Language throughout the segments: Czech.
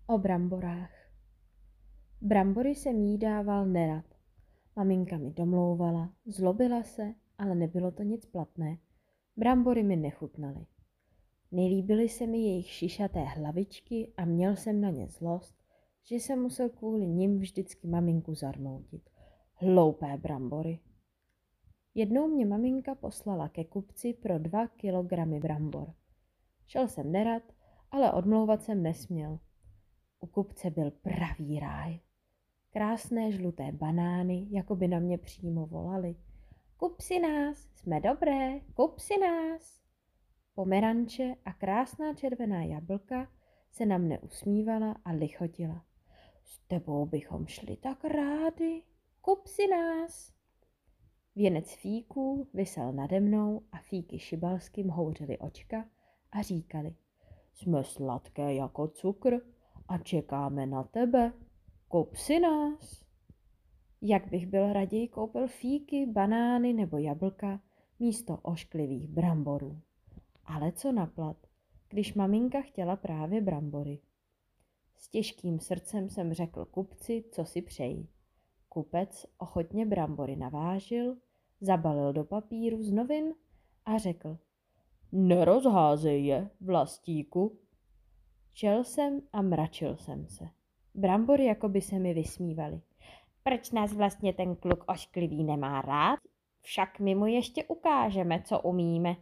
O bramborách. Brambory jsem jí dával nerad. Maminka mi domlouvala, zlobila se, ale nebylo to nic platné. Brambory mi nechutnaly. Nelíbily se mi jejich šišaté hlavičky a měl jsem na ně zlost, že jsem musel kvůli nim vždycky maminku zarmoutit. Hloupé brambory. Jednou mě maminka poslala ke kupci pro 2 kilogramy brambor. Šel jsem nerad, ale odmlouvat jsem nesměl. U kupce byl pravý ráj. Krásné žluté banány, jako by na mě přímo volali. Kup si nás, jsme dobré, kup si nás. Pomeranče a krásná červená jablka se na mne usmívala a lichotila. S tebou bychom šli tak rádi, kup si nás. Věnec fíků visel nade mnou a fíky šibalským houřily očka a říkali: jsme sladké jako cukr a čekáme na tebe, kup si nás. Jak bych byl raději koupil fíky, banány nebo jablka místo ošklivých bramborů. Ale co naplat, když maminka chtěla právě brambory. S těžkým srdcem jsem řekl kupci, co si přeji. Kupec ochotně brambory navážil, zabalil do papíru z novin a řekl: nerozházej je, vlastíku. Čel jsem a mračil jsem se. Brambory jako by se mi vysmívaly. Proč nás vlastně ten kluk ošklivý nemá rád? Však my mu ještě ukážeme, co umíme.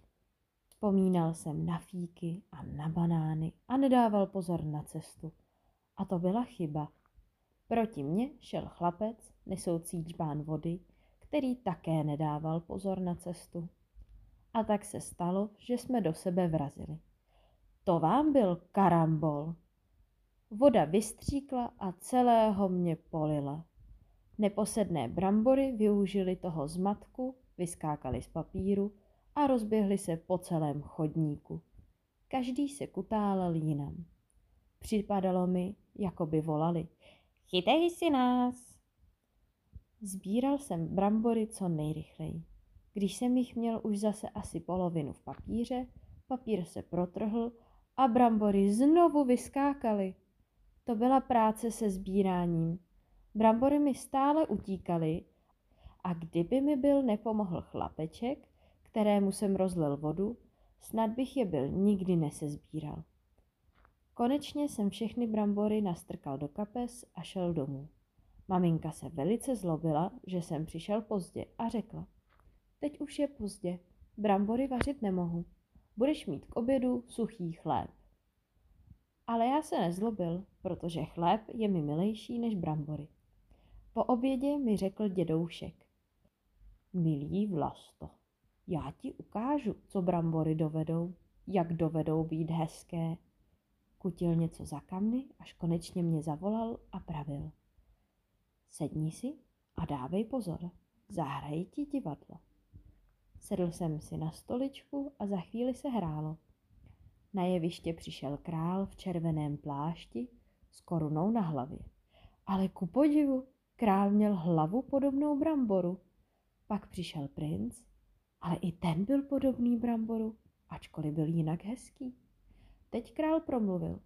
Vzpomínal jsem na fíky a na banány a nedával pozor na cestu. A to byla chyba. Proti mně šel chlapec, nesoucí džbán vody, který také nedával pozor na cestu. A tak se stalo, že jsme do sebe vrazili. To vám byl karambol. Voda vystříkla a celého mě polila. Neposedné brambory využili toho zmatku, vyskákali z papíru a rozběhli se po celém chodníku. Každý se kutálel jinam. Připadalo mi, jako by volali: chytej si nás! Sbíral jsem brambory co nejrychleji. Když jsem jich měl už zase asi polovinu v papíře, papír se protrhl a brambory znovu vyskákaly. To byla práce se sbíráním. Brambory mi stále utíkaly a kdyby mi byl nepomohl chlapeček, kterému jsem rozlil vodu, snad bych je byl nikdy nesezbíral. Konečně jsem všechny brambory nastrkal do kapes a šel domů. Maminka se velice zlobila, že jsem přišel pozdě a řekla: teď už je pozdě, brambory vařit nemohu, budeš mít k obědu suchý chléb. Ale já se nezlobil, protože chléb je mi milejší než brambory. Po obědě mi řekl dědoušek: milý Vlasto, já ti ukážu, co brambory dovedou, jak dovedou být hezké. Kutil něco za kamny, až konečně mě zavolal a pravil: sedni si a dávej pozor, zahraji ti divadlo. Sedl jsem si na stoličku a za chvíli se hrálo. Na jeviště přišel král v červeném plášti s korunou na hlavě. Ale ku podivu, král měl hlavu podobnou bramboru. Pak přišel princ, ale i ten byl podobný bramboru, ačkoliv byl jinak hezký. Teď král promluvil: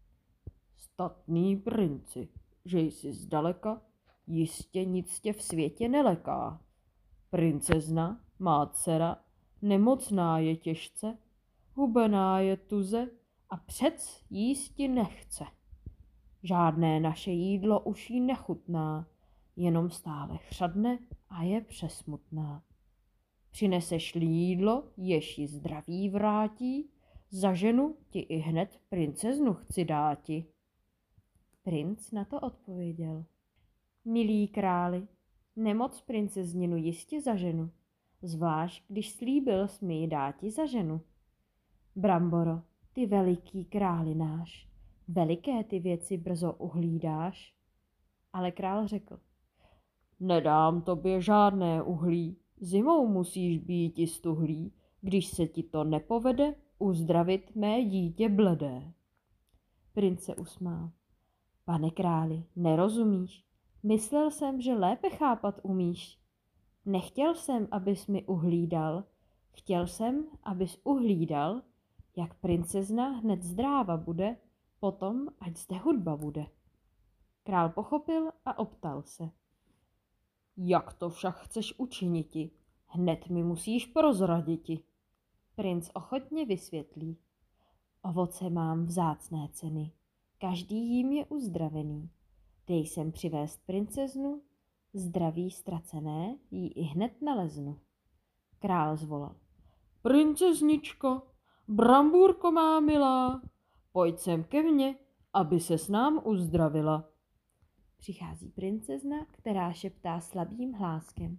statný princi, že jsi zdaleka, jistě nic tě v světě neleká. Princezna, má dcera, nemocná je těžce, hubená je tuze a přec jísti nechce. Žádné naše jídlo už jí nechutná, jenom stále chřadne a je přesmutná. Přineseš-li jídlo, jež ji zdraví vrátí, za ženu ti i hned princeznu chci dáti. Princ na to odpověděl: milý králi, nemoc princezninu jistě za ženu, zvlášť když slíbil jsi mi ji dáti za ženu. Bramboro, ty veliký králi náš, veliké ty věci brzo uhlídáš. Ale král řekl: nedám tobě žádné uhlí, zimou musíš býti stuhlý, když se ti to nepovede, uzdravit mé dítě bledé. Princ se usmál: pane králi, nerozumíš, myslel jsem, že lépe chápat umíš. Nechtěl jsem, abys mi uhlídal, chtěl jsem, abys uhlídal, jak princezna hned zdráva bude, Potom, ať zde hudba bude. Král pochopil a optal se. Jak to však chceš učiniti? Hned mi musíš prozraditi. Princ ochotně vysvětlí. Ovoce mám vzácné ceny, každý jím je uzdravený. Dej sem přivést princeznu, zdraví ztracené jí i hned naleznu. Král zvolal. Princezničko, brambůrko má milá, pojď sem ke mně, aby se s nám uzdravila. Přichází princezna, která šeptá slabým hláskem.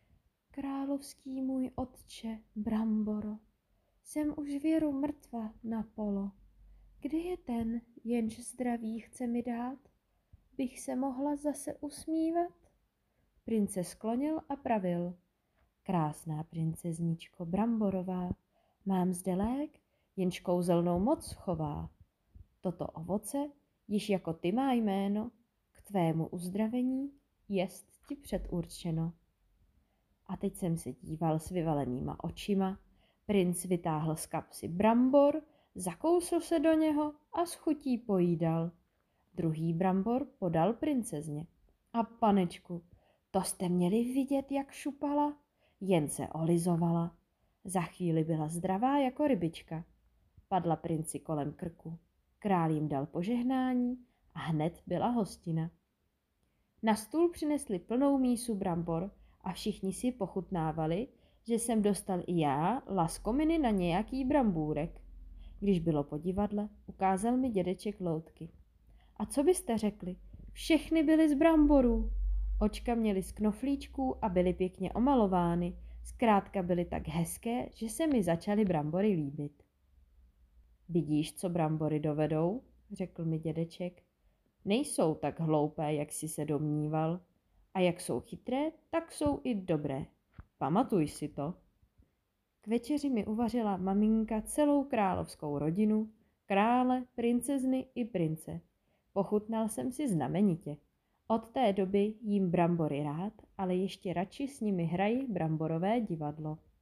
Královský můj otče, Bramboro, jsem už věru mrtva na polo. Kdy je ten, jenž zdraví chce mi dát? Bych se mohla zase usmívat? Prince sklonil a pravil. Krásná princezničko Bramborová, mám zde lék, jenž kouzelnou moc chová. Toto ovoce, již jako ty má jméno, k tvému uzdravení jest ti předurčeno. A teď jsem se díval s vyvalenýma očima, princ vytáhl z kapsy brambor, zakousl se do něho a s chutí pojídal. Druhý brambor podal princezně. A panečku, to jste měli vidět, jak šupala, jen se olizovala. Za chvíli byla zdravá jako rybička. Padla princi kolem krku. Král jim dal požehnání a hned byla hostina. Na stůl přinesli plnou mísu brambor a všichni si pochutnávali, že jsem dostal i já laskominy na nějaký brambůrek. Když bylo po divadle, ukázal mi dědeček loutky. A co byste řekli? Všechny byly z bramborů. Očka měly z knoflíčků a byly pěkně omalovány. Zkrátka byly tak hezké, že se mi začaly brambory líbit. Vidíš, co brambory dovedou? Řekl mi dědeček. Nejsou tak hloupé, jak jsi se domníval. A jak jsou chytré, tak jsou i dobré. Pamatuj si to. K večeři mi uvařila maminka celou královskou rodinu, krále, princezny i prince. Pochutnal jsem si znamenitě. Od té doby jím brambory rád, ale ještě radši s nimi hraji bramborové divadlo.